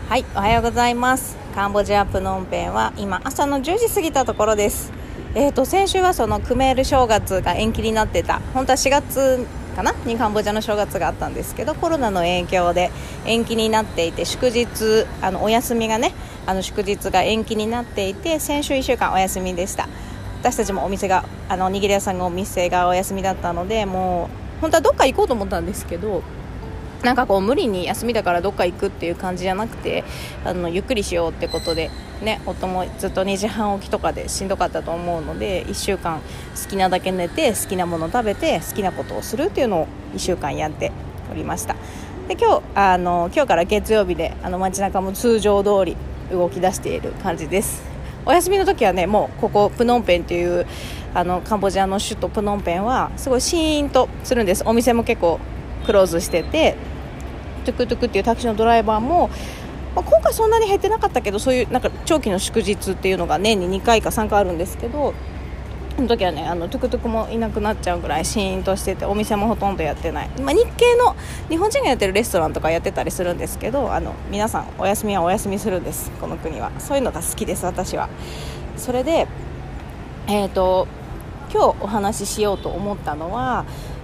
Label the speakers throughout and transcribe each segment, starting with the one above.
Speaker 1: はい、おはようございます。カンボジアプノンペンは今朝の10時過ぎたところです。先週はそのクメール正月が延期になってた、本当は4月かなにカンボジアの正月があったんですけど、コロナの影響で延期になっていて、祝日お休みがね、祝日が延期になっていて、先週1週間お休みでした。私たちもお店が握り屋さんのお店がお休みだったので、もう本当はどっか行こうと思ったんですけど、なんかこう無理に休みだからどっか行くっていう感じじゃなくて、ゆっくりしようってことでね、夫もずっと2時半起きとかでしんどかったと思うので、1週間好きなだけ寝て、好きなもの食べて、好きなことをするっていうのを1週間やっておりました。で今日から月曜日で街中も通常通り動き出している感じです。お休みの時はね、もうここプノンペンっていうカンボジアの首都プノンペンはすごいシーンとするんです。お店も結構クローズしてて、トゥクトゥクっていうタクシーのドライバーも、今回そんなに減ってなかったけど、そういうなんか長期の祝日っていうのが年に2回か3回あるんですけど、その時はねトゥクトゥクもいなくなっちゃうぐらいシーンとしてて、お店もほとんどやってない、日系の日本人がやってるレストランとかやってたりするんですけど、皆さんお休みはお休みするんです。この国はそういうのが好きです、私は。それで今日お話ししようと思ったのは、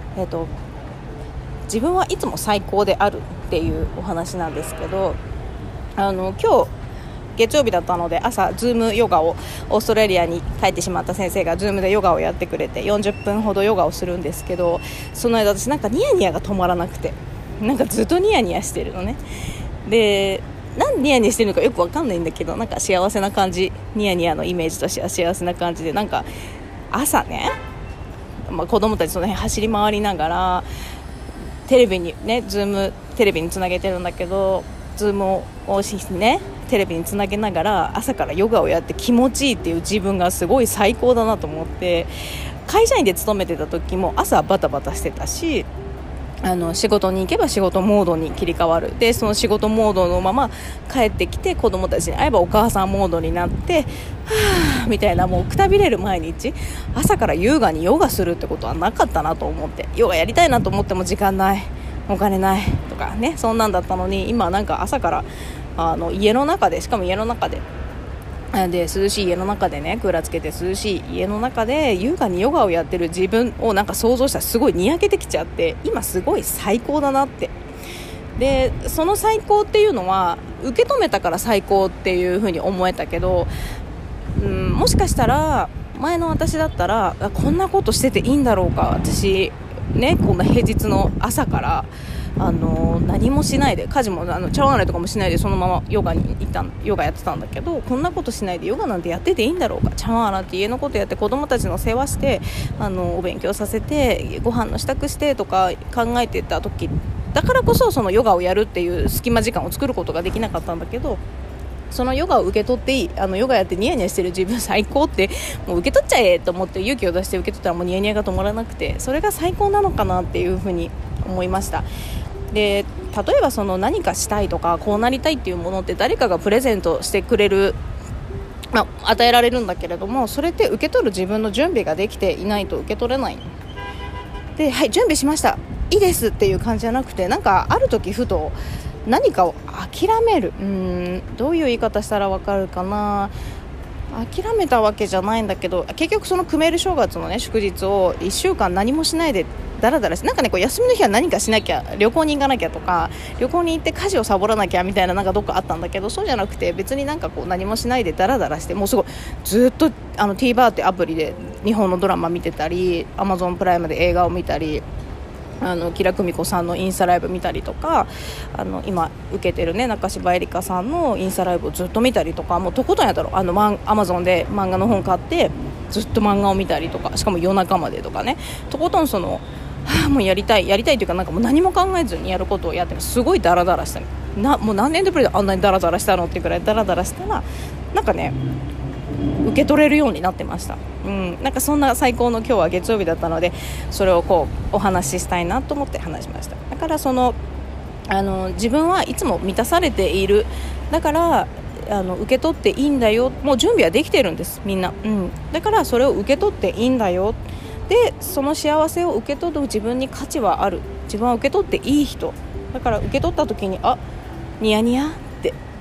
Speaker 1: 自分はいつも最高であるっていうお話なんですけど、今日月曜日だったので、朝ズームヨガをオーストラリアに帰ってしまった先生がズームでヨガをやってくれて、40分ほどヨガをするんですけど、その間私なんかニヤニヤが止まらなくて、なんかずっとニヤニヤしてるのね。でなんでニヤニヤしてるのかよくわかんないんだけど、なんか幸せな感じ、ニヤニヤのイメージとしては幸せな感じで、なんか朝ね、子供たちその辺走り回りながらテレビにね、ズームテレビにつなげてるんだけど、ズームをねテレビにつなげながら朝からヨガをやって気持ちいいっていう自分がすごい最高だなと思って、会社員で勤めてた時も朝バタバタしてたし、仕事に行けば仕事モードに切り替わる。でその仕事モードのまま帰ってきて、子供たちに会えばお母さんモードになって、はぁみたいな、もうくたびれる毎日。朝から優雅にヨガするってことはなかったなと思って、ヨガやりたいなと思っても時間ない、お金ないとかね、そんなんだったのに、今なんか朝から家の中で、しかも家の中で涼しい家の中でね、クーラーつけて涼しい家の中で優雅にヨガをやってる自分をなんか想像したらすごいにやけてきちゃって、今すごい最高だなって。でその最高っていうのは受け止めたから最高っていう風に思えたけど、もしかしたら前の私だったら、こんなことしてていいんだろうか、私ね、こんな平日の朝から何もしないで、家事も茶碗洗いとかもしないでそのままヨガやってたんだけど、こんなことしないでヨガなんてやってていいんだろうか、茶碗洗って家のことやって、子供たちの世話して、お勉強させて、ご飯の支度してとか考えてた時だからこそ、そのヨガをやるっていう隙間時間を作ることができなかったんだけど、そのヨガを受け取っていい、ヨガやってニヤニヤしてる自分最高って、もう受け取っちゃえと思って勇気を出して受け取ったら、もうニヤニヤが止まらなくて、それが最高なのかなっていうふうに思いました。で例えばその何かしたいとかこうなりたいっていうものって誰かがプレゼントしてくれる、与えられるんだけれども、それって受け取る自分の準備ができていないと受け取れない。で、はい、準備しました、いいですっていう感じじゃなくて、なんかある時ふと何かを諦める、どういう言い方したらわかるかな、諦めたわけじゃないんだけど、結局そのクメール正月のね祝日を1週間何もしないでダラダラして、なんかね、こう休みの日は何かしなきゃ、旅行に行かなきゃとか、旅行に行って家事をサボらなきゃみたいな、なんかどっかあったんだけど、そうじゃなくて別になんかこう何もしないでダラダラして、もうすごいずっとTVer ってアプリで日本のドラマ見てたり、 Amazon プライムで映画を見たり、木田久美子さんのインスタライブ見たりとか、今受けてるね中柴絵里香さんのインスタライブをずっと見たりとか、もうとことんやったろ、Amazon で漫画の本買ってずっと漫画を見たりとか、しかも夜中までとかね、とことんそのもうやりたいというか、なんかもう何も考えずにやることをやって、すごいダラダラしたもう何年でぶりであんなにダラダラしたのってくらいダラダラしたら、なんかね受け取れるようになってました。なんかそんな最高の今日は月曜日だったので、それをこうお話ししたいなと思って話しました。だから自分はいつも満たされている、だから受け取っていいんだよ、もう準備はできてるんですみんな、だからそれを受け取っていいんだよ。でその幸せを受け取る自分に価値はある、自分は受け取っていい人だから、受け取った時にニヤニヤって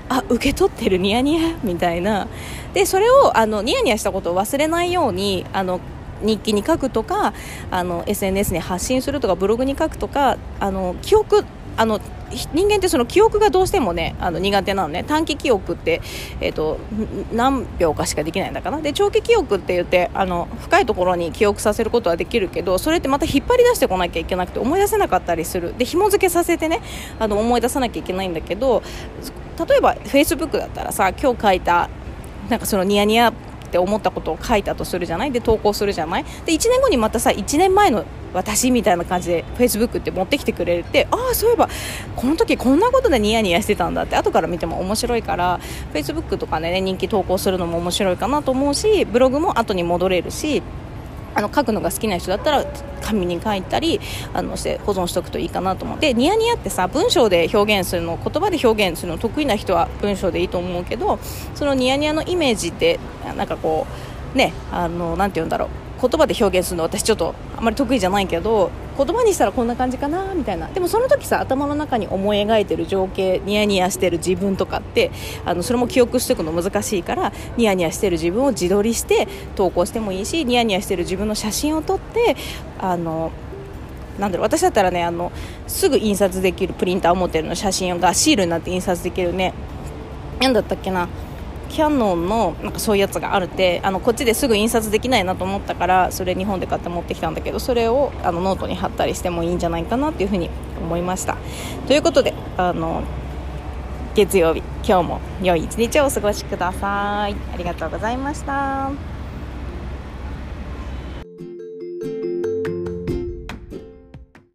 Speaker 1: 受け取ってる、ニヤニヤみたいな。でそれをニヤニヤしたことを忘れないように日記に書くとかSNS に発信するとかブログに書くとか記憶人間ってその記憶がどうしてもね苦手なのね。短期記憶って、何秒かしかできないんだかな。で長期記憶って言って深いところに記憶させることはできるけど、それってまた引っ張り出してこなきゃいけなくて思い出せなかったりする。で紐付けさせてね思い出さなきゃいけないんだけど、例えば Facebook だったらさ、今日書いたなんかそのニヤニヤって思ったことを書いたとするじゃない。で投稿するじゃない。で1年後にまたさ、1年前の私みたいな感じで Facebook って持ってきてくれるって、そういえばこの時こんなことでニヤニヤしてたんだって後から見ても面白いから、 Facebook とかね人気投稿するのも面白いかなと思うし、ブログも後に戻れるし、書くのが好きな人だったら紙に書いたりして保存しておくといいかなと思って。ニヤニヤってさ、文章で表現するの、言葉で表現するの得意な人は文章でいいと思うけど、そのニヤニヤのイメージってなんかこうね、なんて言うんだろう、言葉で表現するの私ちょっとあまり得意じゃないけど、言葉にしたらこんな感じかなみたいな。でもその時さ、頭の中に思い描いてる情景、ニヤニヤしてる自分とかってそれも記憶しておくの難しいから、ニヤニヤしてる自分を自撮りして投稿してもいいし、ニヤニヤしてる自分の写真を撮ってなんだろう、私だったらねすぐ印刷できるプリンター持ってるの写真がシールになって印刷できるね、なんだったっけな、キヤノンのなんかそういうやつがあるって、こっちですぐ印刷できないなと思ったから、それ日本で買って持ってきたんだけど、それをノートに貼ったりしてもいいんじゃないかなっていうふうに思いました。ということで月曜日、今日も良い一日をお過ごしください。ありがとうございました。